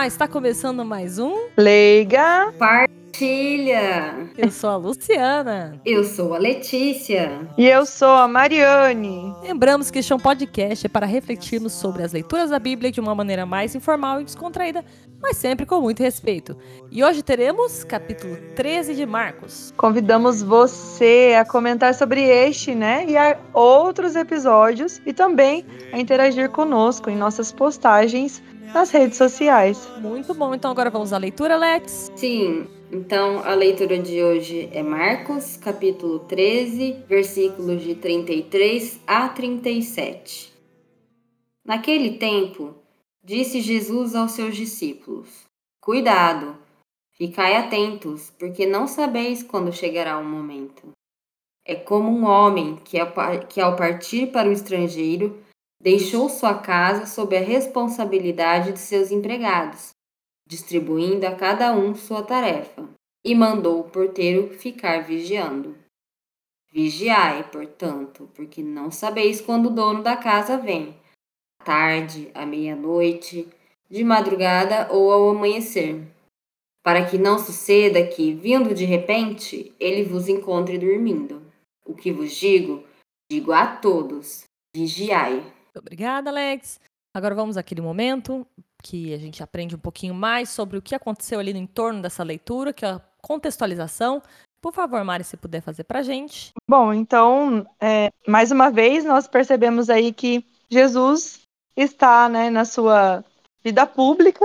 Está começando mais um Leiga Partilha! Eu sou a Luciana. Eu sou a Letícia. E eu sou a Mariane. Lembramos que este é um podcast para refletirmos sobre as leituras da Bíblia de uma maneira mais informal e descontraída, mas sempre com muito respeito. E hoje teremos capítulo 13 de Marcos. Convidamos você a comentar sobre este, e outros episódios e também a interagir conosco em nossas postagens nas redes sociais. Muito bom, então agora vamos à leitura, Lex. Sim, então a leitura de hoje é Marcos, capítulo 13, versículos de 33 a 37. Naquele tempo, disse Jesus aos seus discípulos: Cuidado, ficai atentos, porque não sabeis quando chegará o momento. É como um homem que ao partir para o estrangeiro, deixou sua casa sob a responsabilidade de seus empregados, distribuindo a cada um sua tarefa, e mandou o porteiro ficar vigiando. Vigiai, portanto, porque não sabeis quando o dono da casa vem, à tarde, à meia-noite, de madrugada ou ao amanhecer, para que não suceda que, vindo de repente, ele vos encontre dormindo. O que vos digo, digo a todos: vigiai. Muito obrigada, Lex. Agora vamos àquele momento que a gente aprende um pouquinho mais sobre o que aconteceu ali no entorno dessa leitura, que é a contextualização. Por favor, Mari, se puder fazer pra gente. Bom, então, mais uma vez, nós percebemos aí que Jesus está, na sua vida pública,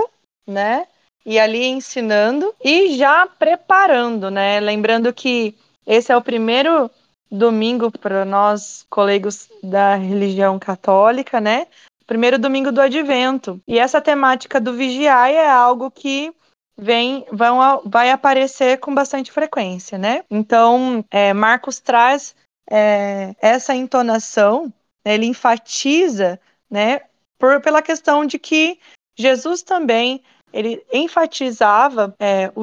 e ali ensinando e já preparando, Lembrando que esse é o primeiro domingo para nós, colegas da religião católica, Primeiro domingo do Advento. E essa temática do vigiar é algo que vai aparecer com bastante frequência, Então, Marcos traz essa entonação, ele enfatiza, pela questão de que Jesus também ele enfatizava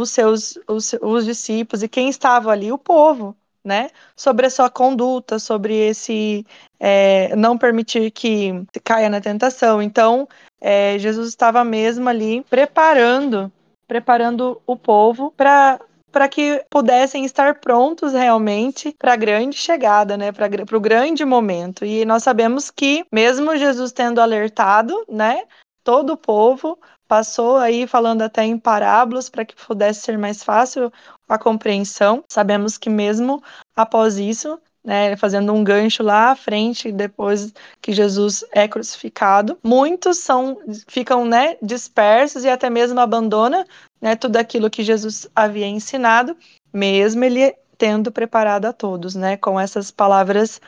os discípulos e quem estava ali, o povo, sobre a sua conduta, sobre esse não permitir que caia na tentação. Então, Jesus estava mesmo ali preparando o povo para que pudessem estar prontos realmente para a grande chegada, para o grande momento. E nós sabemos que, mesmo Jesus tendo alertado, todo o povo passou aí falando até em parábolas para que pudesse ser mais fácil a compreensão. Sabemos que mesmo após isso, fazendo um gancho lá à frente, depois que Jesus é crucificado, muitos ficam dispersos e até mesmo abandonam tudo aquilo que Jesus havia ensinado, mesmo ele tendo preparado a todos, com essas palavras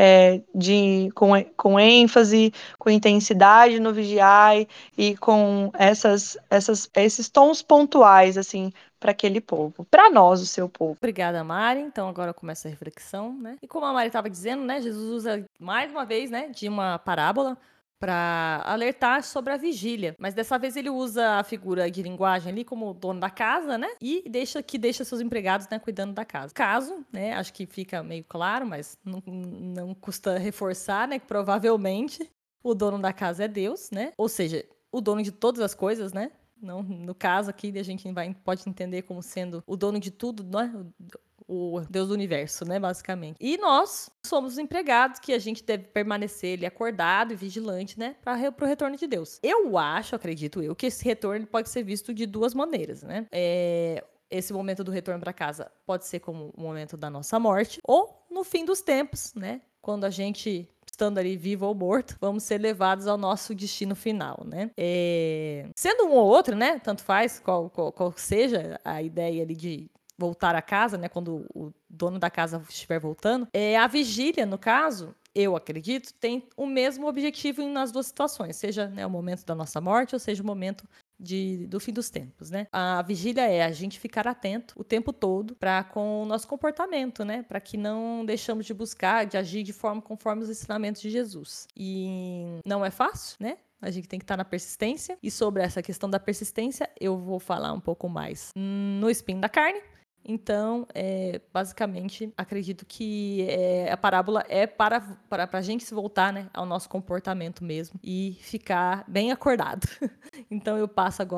com ênfase, com intensidade no vigiai e com esses tons pontuais, assim, para aquele povo, para nós, o seu povo. Obrigada, Mari. Então agora começa a reflexão, E como a Mari estava dizendo, Jesus usa mais uma vez, de uma parábola para alertar sobre a vigília. Mas dessa vez ele usa a figura de linguagem ali como dono da casa, E deixa seus empregados, cuidando da casa. Caso, acho que fica meio claro, mas não custa reforçar, que provavelmente o dono da casa é Deus, Ou seja, o dono de todas as coisas, Não, no caso aqui, a gente pode entender como sendo o dono de tudo, o Deus do universo, basicamente. E nós somos os empregados que a gente deve permanecer ali acordado e vigilante, para o retorno de Deus. Acredito eu, que esse retorno pode ser visto de duas maneiras, Esse momento do retorno para casa pode ser como o momento da nossa morte ou no fim dos tempos, Quando a gente, estando ali vivo ou morto, vamos ser levados ao nosso destino final, Sendo um ou outro, Tanto faz qual seja a ideia ali de voltar a casa, quando o dono da casa estiver voltando. A vigília, no caso, eu acredito, tem o mesmo objetivo nas duas situações, seja o momento da nossa morte ou seja o momento do fim dos tempos, A vigília é a gente ficar atento o tempo todo com o nosso comportamento, para que não deixamos de buscar, de agir de forma conforme os ensinamentos de Jesus. E não é fácil, A gente tem que estar na persistência. E sobre essa questão da persistência, eu vou falar um pouco mais no espinho da carne. Então, basicamente, acredito que a parábola é para a gente se voltar, ao nosso comportamento mesmo e ficar bem acordado. Então, eu passo agora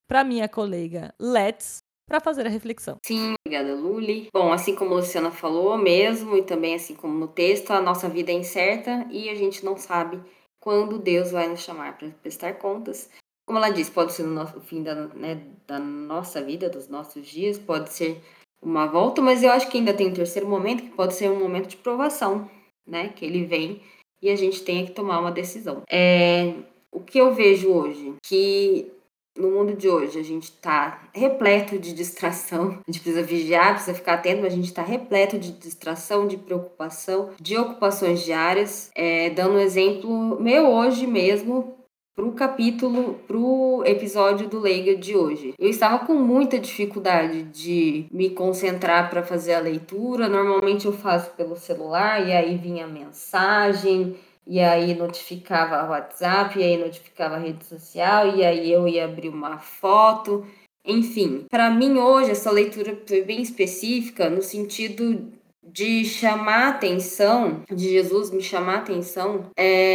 para minha colega Let's para fazer a reflexão. Sim, obrigada, Luli. Bom, assim como a Luciana falou mesmo, e também assim como no texto, a nossa vida é incerta e a gente não sabe quando Deus vai nos chamar para prestar contas. Como ela disse, pode ser o fim da nossa vida, dos nossos dias, pode ser uma volta, mas eu acho que ainda tem um terceiro momento, que pode ser um momento de provação, né? Que ele vem e a gente tem que tomar uma decisão. O que eu vejo hoje, que no mundo de hoje a gente está repleto de distração, a gente precisa vigiar, precisa ficar atento, mas a gente está repleto de distração, de preocupação, de ocupações diárias. Dando um exemplo meu hoje mesmo, pro episódio do Leiga de hoje. Eu estava com muita dificuldade de me concentrar para fazer a leitura. Normalmente eu faço pelo celular e aí vinha mensagem, e aí notificava o WhatsApp, e aí notificava a rede social, e aí eu ia abrir uma foto. Enfim, para mim hoje essa leitura foi bem específica no sentido de chamar a atenção, de Jesus me chamar a atenção,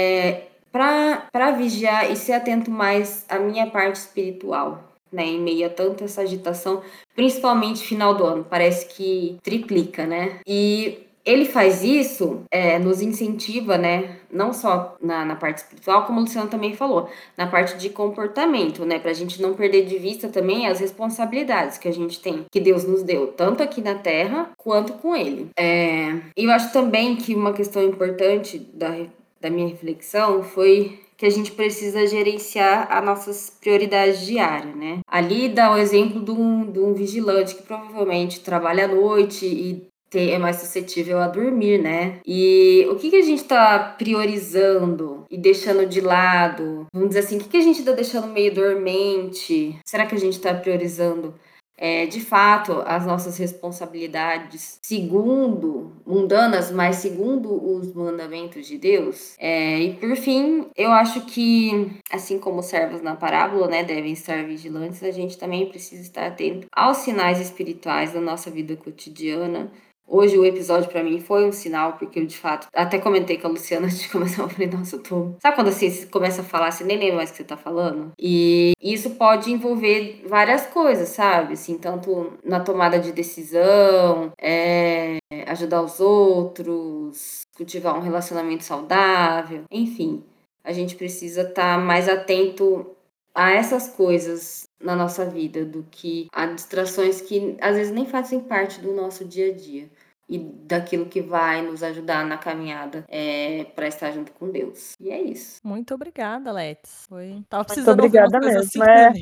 para vigiar e ser atento mais à minha parte espiritual, né? Em meio a tanta essa agitação, principalmente final do ano, parece que triplica, né? E ele faz isso, nos incentiva, né? Não só na parte espiritual, como o Luciano também falou, na parte de comportamento, né? Pra gente não perder de vista também as responsabilidades que a gente tem, que Deus nos deu, tanto aqui na Terra quanto com Ele. E eu acho também que uma questão importante da minha reflexão foi que a gente precisa gerenciar as nossas prioridades diárias, né? Ali dá o exemplo de um vigilante que provavelmente trabalha à noite e é mais suscetível a dormir, né? E o que a gente tá priorizando e deixando de lado? Vamos dizer assim, o que a gente tá deixando meio dormente? Será que a gente tá priorizando de fato as nossas responsabilidades segundo mundanas, mas segundo os mandamentos de Deus? E por fim, eu acho que assim como os servos na parábola, né, devem estar vigilantes, a gente também precisa estar atento aos sinais espirituais da nossa vida cotidiana. Hoje o episódio pra mim foi um sinal, porque eu de fato até comentei com a Luciana antes de começar, eu falei, nossa, eu tô... Sabe quando assim, você começa a falar, você nem lembra mais o que você tá falando? E isso pode envolver várias coisas, sabe? Assim, tanto na tomada de decisão, ajudar os outros, cultivar um relacionamento saudável, enfim. A gente precisa estar mais atento a essas coisas na nossa vida do que a distrações que às vezes nem fazem parte do nosso dia a dia e daquilo que vai nos ajudar na caminhada para estar junto com Deus. E é isso. Muito obrigada, Let's. Tava Muito precisando ouvir umas obrigada coisas mesmo. assim também.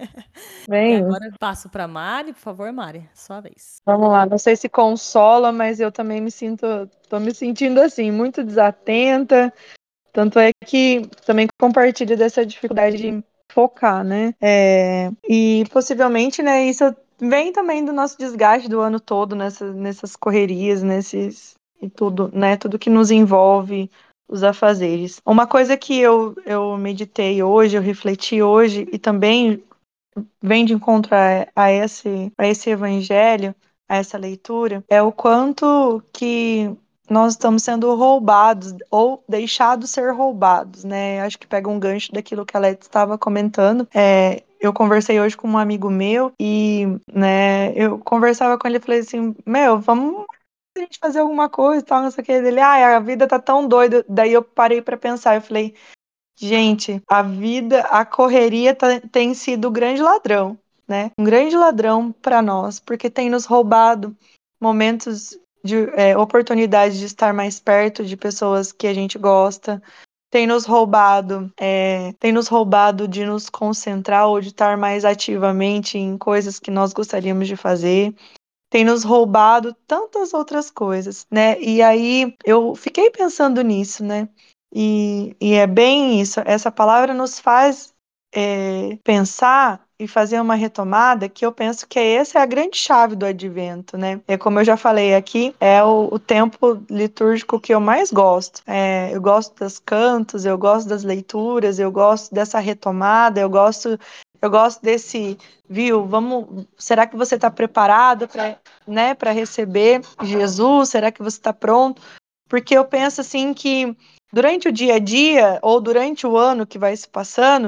E Bem, agora eu passo para Mari, por favor, Mari, sua vez. vamos lá. Não sei se consola, mas eu também tô me sentindo assim, muito desatenta. Tanto é que também compartilho dessa dificuldade de focar, né? E possivelmente, né, isso vem também do nosso desgaste do ano todo nessas correrias, e tudo, né? Tudo que nos envolve os afazeres. Uma coisa que eu meditei hoje, eu refleti hoje, e também vem de encontro a esse evangelho, a essa leitura, é o quanto que nós estamos sendo roubados ou deixados ser roubados, né? Acho que pega um gancho daquilo que a Leti estava comentando. Eu conversei hoje com um amigo meu e, né, eu conversava com ele e falei assim, vamos a gente fazer alguma coisa e tal, não sei o que. Ele, a vida tá tão doida. Daí eu parei para pensar, eu falei, gente, a vida, a correria tem sido o grande ladrão, né? Um grande ladrão para nós, porque tem nos roubado momentos de oportunidade de estar mais perto de pessoas que a gente gosta, tem nos roubado de nos concentrar ou de estar mais ativamente em coisas que nós gostaríamos de fazer. Tem nos roubado tantas outras coisas, né? E aí eu fiquei pensando nisso, né? E é bem isso, essa palavra nos faz pensar e fazer uma retomada, que eu penso que essa é a grande chave do advento, né? Como eu já falei aqui, é o tempo litúrgico que eu mais gosto. Eu gosto dos cantos, eu gosto das leituras, eu gosto dessa retomada, eu gosto desse, viu? Será que você está preparado para receber Jesus? Será que você está pronto? Porque eu penso assim que durante o dia a dia ou durante o ano que vai se passando,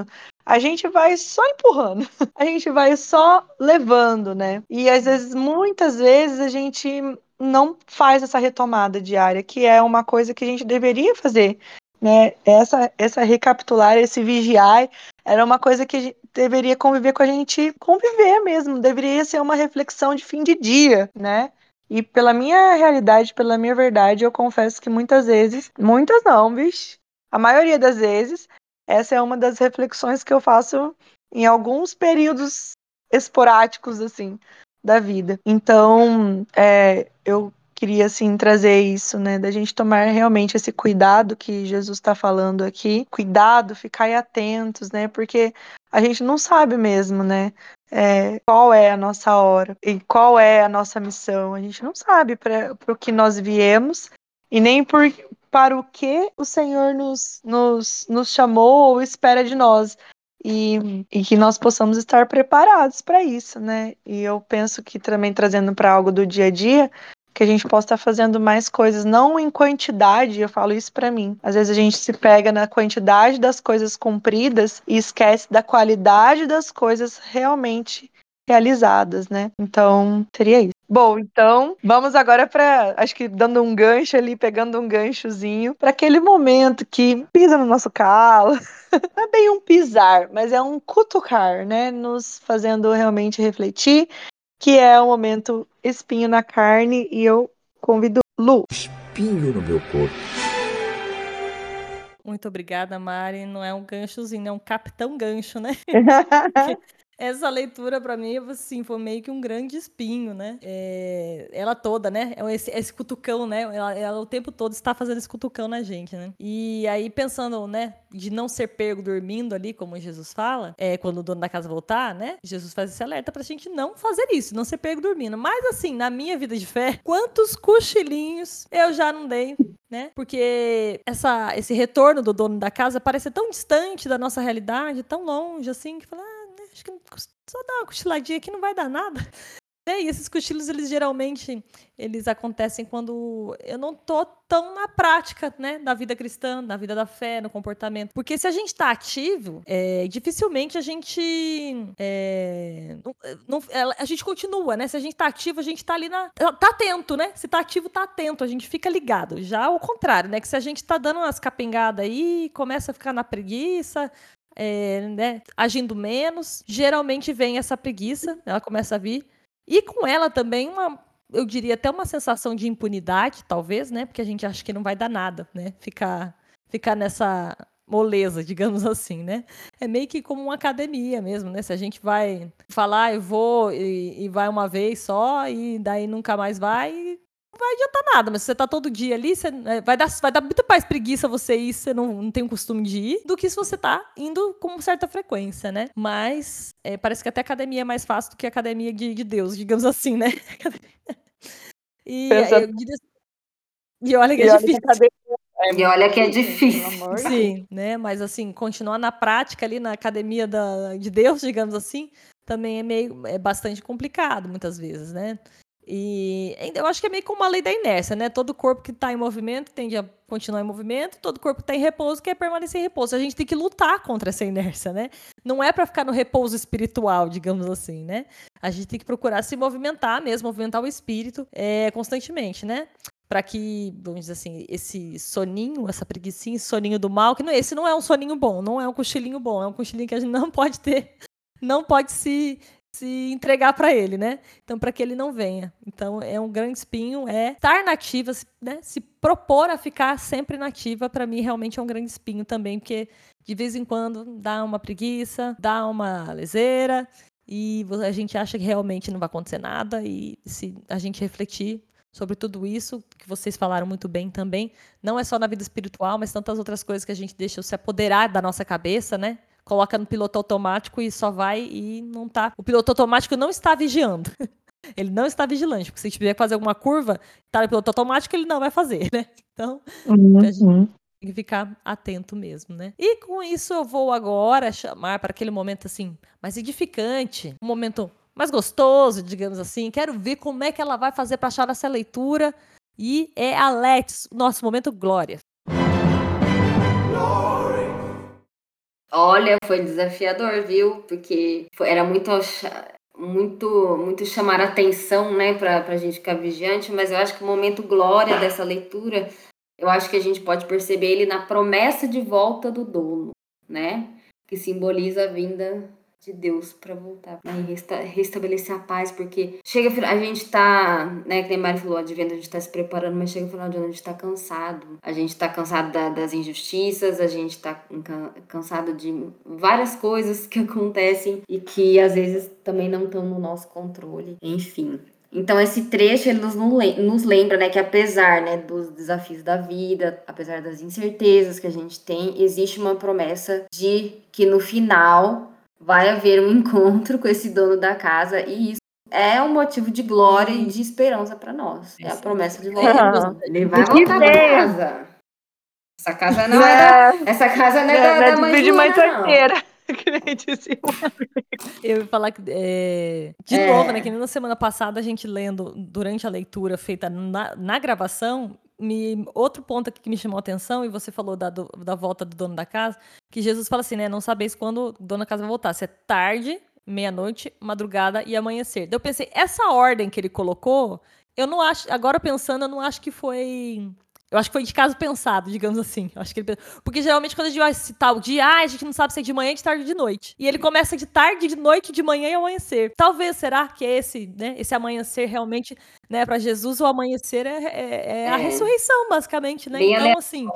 a gente vai só empurrando, a gente vai só levando, né? E às vezes, muitas vezes, a gente não faz essa retomada diária, que é uma coisa que a gente deveria fazer, né? Essa recapitular, esse vigiar, era uma coisa que a gente deveria conviver com a gente, conviver mesmo, deveria ser uma reflexão de fim de dia, né? E pela minha realidade, pela minha verdade, eu confesso que muitas vezes, muitas não, bicho, a maioria das vezes, essa é uma das reflexões que eu faço em alguns períodos esporádicos, assim, da vida. Então, eu queria, assim, trazer isso, né, da gente tomar realmente esse cuidado que Jesus está falando aqui. Cuidado, ficar atentos, né, porque a gente não sabe mesmo, né, qual é a nossa hora e qual é a nossa missão. A gente não sabe para o que nós viemos e nem para o que o Senhor nos chamou ou espera de nós. E que nós possamos estar preparados para isso, né? E eu penso que também trazendo para algo do dia a dia, que a gente possa estar fazendo mais coisas, não em quantidade, eu falo isso para mim. Às vezes a gente se pega na quantidade das coisas cumpridas e esquece da qualidade das coisas realmente realizadas, né? Então, seria isso. Bom, então, vamos agora para, acho que dando um gancho ali, pegando um ganchozinho, para aquele momento que pisa no nosso calo. Não é bem um pisar, mas é um cutucar, né? Nos fazendo realmente refletir, que é o momento espinho na carne, e eu convido Lu. Espinho no meu corpo. Muito obrigada, Mari. Não é um ganchozinho, é um capitão gancho, né? Porque essa leitura, pra mim, assim, foi meio que um grande espinho, né? Ela toda, né? Esse cutucão, né? Ela o tempo todo está fazendo esse cutucão na gente, né? E aí, pensando, né? De não ser pego dormindo ali, como Jesus fala, quando o dono da casa voltar, né? Jesus faz esse alerta pra gente não fazer isso, não ser pego dormindo. Mas, assim, na minha vida de fé, quantos cochilinhos eu já não dei, né? Porque esse retorno do dono da casa parece tão distante da nossa realidade, tão longe, assim, que fala, né, acho que só dar uma cochiladinha aqui não vai dar nada. E esses cochilos, eles geralmente, eles acontecem quando eu não tô tão na prática, né, da vida cristã, da vida da fé, no comportamento. Porque se a gente tá ativo, dificilmente a gente a gente continua, né? Se a gente tá ativo, a gente tá ali tá atento, né? Se tá ativo, tá atento, a gente fica ligado. Já ao contrário, né? Que se a gente tá dando umas capengadas aí, começa a ficar na preguiça, né, agindo menos, geralmente vem essa preguiça, ela começa a vir. E com ela também eu diria até uma sensação de impunidade, talvez, né? Porque a gente acha que não vai dar nada, né? Ficar nessa moleza, digamos assim, né? É meio que como uma academia mesmo, né? Se a gente vai falar, eu vou e vai uma vez só e daí nunca mais vai, não vai adiantar nada. Mas se você tá todo dia ali, vai dar muito mais preguiça você ir, você não tem o costume de ir, do que se você tá indo com certa frequência, né? Mas parece que até academia é mais fácil do que academia de Deus, digamos assim, né? E olha que é difícil. E olha que é Pelo difícil. amor de Deus. Sim, né? Mas assim, continuar na prática ali na academia de Deus, digamos assim, também é bastante complicado muitas vezes, né? E eu acho que é meio como a lei da inércia, né? Todo corpo que está em movimento tende a continuar em movimento, todo corpo que está em repouso quer permanecer em repouso. A gente tem que lutar contra essa inércia, né? Não é para ficar no repouso espiritual, digamos assim, né? A gente tem que procurar se movimentar mesmo, movimentar o espírito constantemente, né? Para que, vamos dizer assim, esse soninho, essa preguicinha, esse soninho do mal, esse não é um soninho bom, não é um cochilinho bom, é um cochilinho que a gente não pode ter, não pode se entregar para ele, né? Então, para que ele não venha. Então, é um grande espinho, estar nativa, né? Se propor a ficar sempre nativa, para mim, realmente é um grande espinho também, porque de vez em quando dá uma preguiça, dá uma leseira, e a gente acha que realmente não vai acontecer nada, e se a gente refletir sobre tudo isso, que vocês falaram muito bem também, não é só na vida espiritual, mas tantas outras coisas que a gente deixa se apoderar da nossa cabeça, né? Coloca no piloto automático e só vai e não tá. O piloto automático não está vigiando. Ele não está vigilante, porque se tiver que fazer alguma curva, tá no piloto automático, ele não vai fazer, né? Então, a gente tem que ficar atento mesmo, né? E com isso eu vou agora chamar para aquele momento assim, mais edificante, um momento mais gostoso, digamos assim. Quero ver como é que ela vai fazer para achar essa leitura. E é a Let's, nosso momento glória. Olha, foi desafiador, viu? Porque era muito chamar a atenção, né, pra gente ficar vigiante, mas eu acho que o momento glória dessa leitura, eu acho que a gente pode perceber ele na promessa de volta do dono, né? Que simboliza a vinda de Deus para voltar, né? E restabelecer a paz, porque a gente tá, né, que nem a Mari falou, advento, a gente tá se preparando, mas chega o final de ano, a gente tá cansado. A gente tá cansado das injustiças, a gente tá cansado de várias coisas que acontecem e que às vezes também não estão no nosso controle. Enfim. Então, esse trecho ele nos lembra, né, que apesar, né, dos desafios da vida, apesar das incertezas que a gente tem, existe uma promessa de que no final vai haver um encontro com esse dono da casa e isso é um motivo de glória e de esperança para nós. É a promessa de volta. Ele vai voltar para casa. Essa casa não essa casa não é da mãe de mãe Joana, não. solteira. Que nem dizia. Eu ia falar que, de novo, né, que nem na semana passada a gente lendo, durante a leitura feita na gravação, outro ponto aqui que me chamou a atenção, e você falou da volta do dono da casa, que Jesus fala assim, né, não sabeis quando o dono da casa vai voltar, se é tarde, meia-noite, madrugada e amanhecer. Daí eu pensei, essa ordem que ele colocou, eu não acho, agora pensando, eu não acho que foi... Eu acho que foi de caso pensado, digamos assim. Eu acho que porque geralmente quando a gente vai citar o dia, a gente não sabe se é de manhã, de tarde ou de noite. E ele começa de tarde, de noite, de manhã e amanhecer. Talvez, será que é esse amanhecer realmente, né, para Jesus, o amanhecer é a ressurreição, basicamente, né? Bem Então, assim,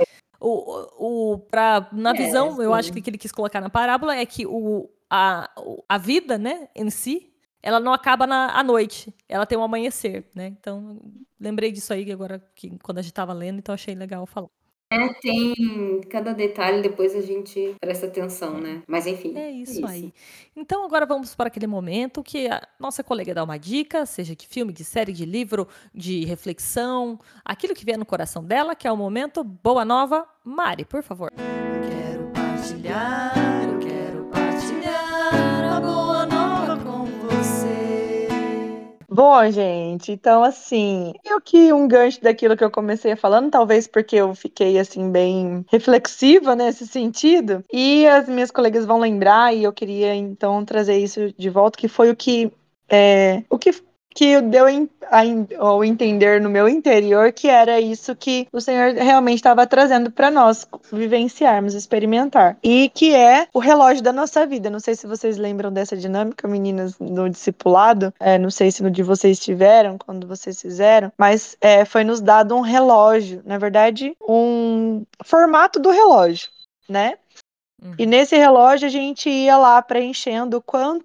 na visão, eu acho sim. que ele quis colocar na parábola é que a vida, né, em si, ela não acaba à noite, ela tem um amanhecer, né? Então, lembrei disso aí agora, quando a gente estava lendo, então achei legal falar. Tem cada detalhe, depois a gente presta atenção, né? Mas enfim. É isso aí. Então, agora vamos para aquele momento que a nossa colega dá uma dica, seja de filme, de série, de livro, de reflexão, aquilo que vier no coração dela, que é o momento Boa Nova. Mari, por favor. Quero partilhar a boa nova com você. Bom, gente, então assim, eu que um gancho daquilo que eu comecei falando, talvez porque eu fiquei assim bem reflexiva nesse sentido, e as minhas colegas vão lembrar, e eu queria então trazer isso de volta, que foi o que deu ao entender no meu interior que era isso que o Senhor realmente estava trazendo para nós vivenciarmos, experimentar. E que é o relógio da nossa vida. Não sei se vocês lembram dessa dinâmica, meninas, no discipulado. Não sei se no de vocês tiveram, quando vocês fizeram, mas foi nos dado um relógio, na verdade, um formato do relógio, né? E nesse relógio a gente ia lá preenchendo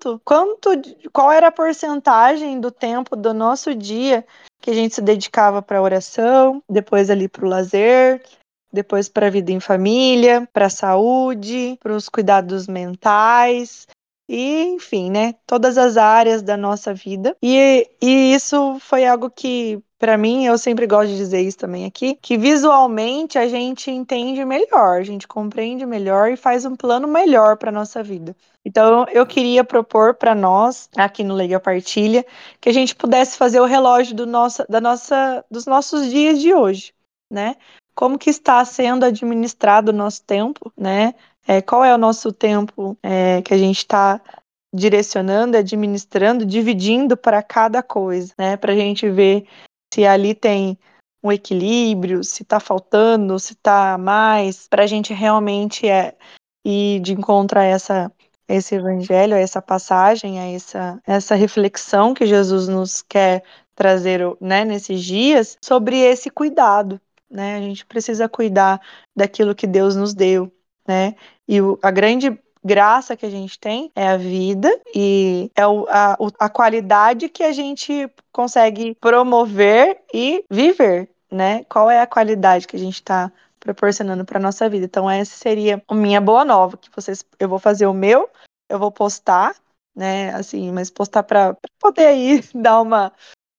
qual era a porcentagem do tempo do nosso dia que a gente se dedicava para a oração, depois ali para o lazer, depois para a vida em família, para a saúde, para os cuidados mentais, e enfim, né? Todas as áreas da nossa vida. E isso foi algo que, para mim, eu sempre gosto de dizer isso também aqui, que visualmente a gente entende melhor, a gente compreende melhor e faz um plano melhor para nossa vida. Então, eu queria propor para nós, aqui no Leia Partilha, que a gente pudesse fazer o relógio dos nossos dias de hoje, né? Como que está sendo administrado o nosso tempo, né? Qual é o nosso tempo que a gente está direcionando, administrando, dividindo para cada coisa, né? Para a gente ver se ali tem um equilíbrio, se está faltando, se está mais, para a gente realmente ir de encontro a esse evangelho, a essa passagem, a essa reflexão que Jesus nos quer trazer, né, nesses dias, sobre esse cuidado, né? A gente precisa cuidar daquilo que Deus nos deu, né? E a grande graça que a gente tem é a vida e é a qualidade que a gente consegue promover e viver, né? Qual é a qualidade que a gente está proporcionando para nossa vida? Então essa seria a minha boa nova, que eu vou fazer o meu, eu vou postar, né? Assim, mas postar para poder aí dar uma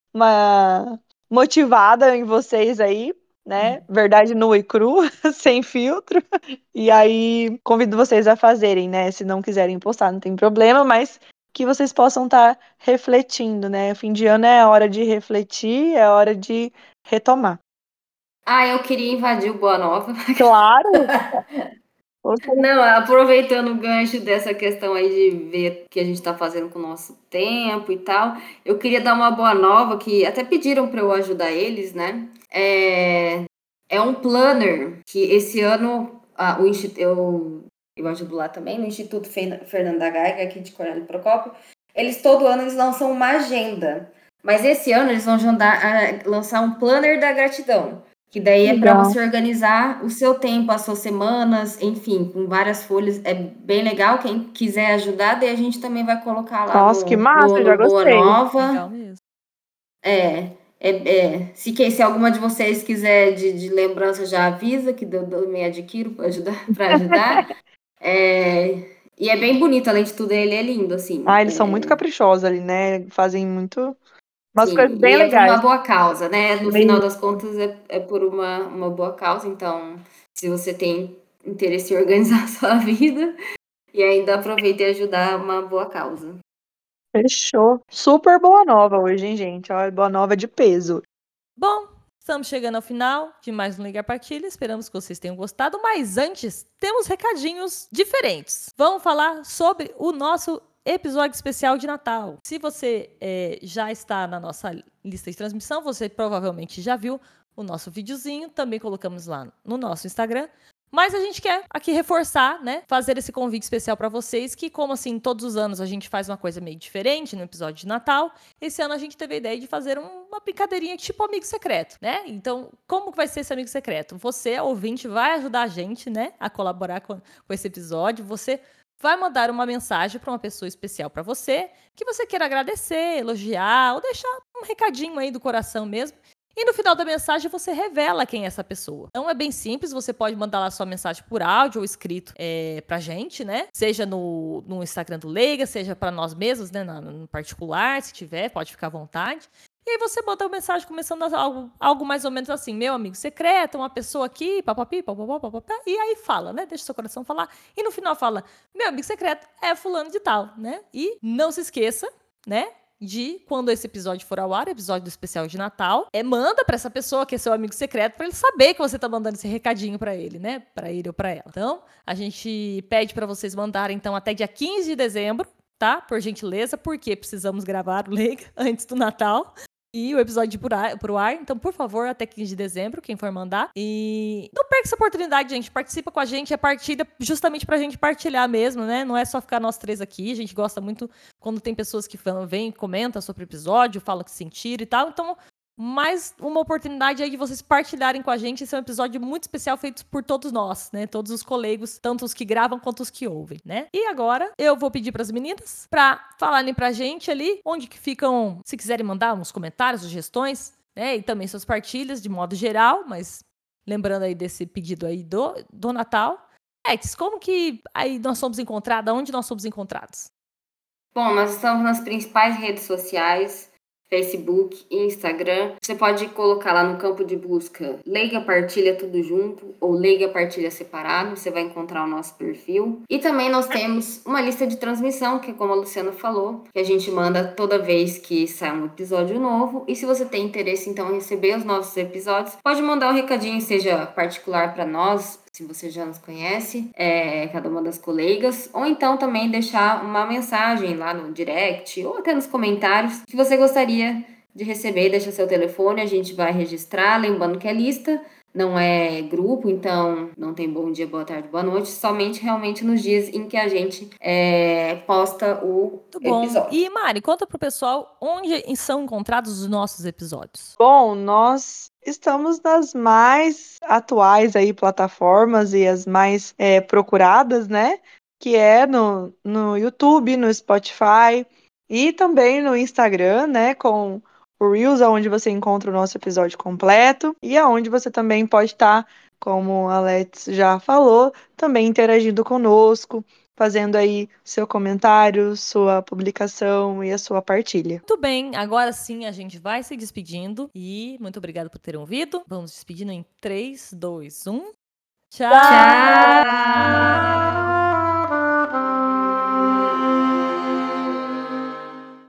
motivada em vocês aí, né? Verdade nua e crua, sem filtro. E aí, convido vocês a fazerem, né? Se não quiserem postar, não tem problema, mas que vocês possam estar refletindo, né? Fim de ano é hora de refletir, é hora de retomar. Eu queria invadir o Boa Nova. Claro! Não, aproveitando o gancho dessa questão aí de ver o que a gente está fazendo com o nosso tempo e tal, eu queria dar uma boa nova, que até pediram para eu ajudar eles, né? É um planner que esse ano eu ajudo lá também, no Instituto Fernanda Geiger, aqui de Cornélio Procópio. Todo ano eles lançam uma agenda. Mas esse ano eles vão lançar um planner da gratidão. Que daí é para você organizar o seu tempo, as suas semanas, enfim, com várias folhas. É bem legal. Quem quiser ajudar, daí a gente também vai colocar lá Nossa, que massa, já no Boa gostei. Nova. Legal mesmo. Se alguma de vocês quiser de lembrança, já avisa que eu me adquiro para ajudar. E é bem bonito, além de tudo, ele é lindo, assim. Eles são muito caprichosos ali, né? Fazem muito. Umas Sim, coisas bem e é por uma legais. boa causa, né? No Bem- final das contas, é por uma boa causa. Então, se você tem interesse em organizar a sua vida, e ainda aproveita e ajudar uma boa causa. Fechou. Super boa nova hoje, hein, gente? Olha, boa nova de peso. Bom, estamos chegando ao final de mais um Liga Partilha. Esperamos que vocês tenham gostado. Mas antes, temos recadinhos diferentes. Vamos falar sobre o nosso episódio especial de Natal. Se você já está na nossa lista de transmissão, você provavelmente já viu o nosso videozinho. Também colocamos lá no nosso Instagram. Mas a gente quer aqui reforçar, né? Fazer esse convite especial para vocês, que como assim, todos os anos a gente faz uma coisa meio diferente no episódio de Natal, esse ano a gente teve a ideia de fazer uma brincadeirinha tipo amigo secreto, né? Então, como que vai ser esse amigo secreto? Você, ouvinte, vai ajudar a gente, né, a colaborar com esse episódio. Você vai mandar uma mensagem para uma pessoa especial para você, que você queira agradecer, elogiar ou deixar um recadinho aí do coração mesmo. E no final da mensagem você revela quem é essa pessoa. Então é bem simples, você pode mandar lá sua mensagem por áudio ou escrito pra gente, né? Seja no Instagram do Leiga, seja pra nós mesmos, né? No particular, se tiver, pode ficar à vontade. E aí você bota uma mensagem começando algo mais ou menos assim, meu amigo secreto, uma pessoa aqui, papapi, papapá, e aí fala, né? Deixa seu coração falar. E no final fala, meu amigo secreto é fulano de tal, né? E não se esqueça, né? De quando esse episódio for ao ar, episódio do especial de Natal, manda pra essa pessoa que é seu amigo secreto pra ele saber que você tá mandando esse recadinho pra ele, né? Pra ele ou pra ela. Então, a gente pede pra vocês mandarem então até dia 15 de dezembro, tá? Por gentileza, porque precisamos gravar o Leiga antes do Natal. E o episódio pro ar. Então, por favor, até 15 de dezembro, quem for mandar. E não perca essa oportunidade, gente. Participa com a gente. É partida justamente pra gente partilhar mesmo, né? Não é só ficar nós três aqui. A gente gosta muito quando tem pessoas que vêm, comentam sobre o episódio, falam que sentiram e tal. Então, mais uma oportunidade aí de vocês partilharem com a gente. Esse é um episódio muito especial feito por todos nós, né? Todos os colegas, tanto os que gravam quanto os que ouvem, né? E agora eu vou pedir para as meninas para falarem pra gente ali onde que ficam, se quiserem mandar uns comentários, sugestões, né? E também suas partilhas de modo geral, mas lembrando aí desse pedido aí do Natal. Como que aí nós somos encontrados? Onde nós somos encontrados? Bom, nós estamos nas principais redes sociais, Facebook e Instagram. Você pode colocar lá no campo de busca Leiga Partilha tudo junto ou Leiga Partilha separado, você vai encontrar o nosso perfil. E também nós temos uma lista de transmissão, que como a Luciana falou, que a gente manda toda vez que sai um episódio novo. E se você tem interesse então em receber os nossos episódios, pode mandar um recadinho, seja particular para nós, se você já nos conhece, cada uma das colegas, ou então também deixar uma mensagem lá no direct, ou até nos comentários, que você gostaria de receber, deixa seu telefone, a gente vai registrar, lembrando que é lista, não é grupo, então não tem bom dia, boa tarde, boa noite, somente realmente nos dias em que a gente posta o episódio. E Mari, conta pro pessoal onde são encontrados os nossos episódios. Bom, nós estamos nas mais atuais aí plataformas e as mais procuradas, né? Que é no YouTube, no Spotify e também no Instagram, né? Com o Reels, onde você encontra o nosso episódio completo e aonde você também pode estar, como a Let's já falou, também interagindo conosco, fazendo aí seu comentário, sua publicação e a sua partilha. Muito bem, agora sim a gente vai se despedindo e muito obrigada por terem ouvido. Vamos despedindo em 3, 2, 1. Tchau! Tchau!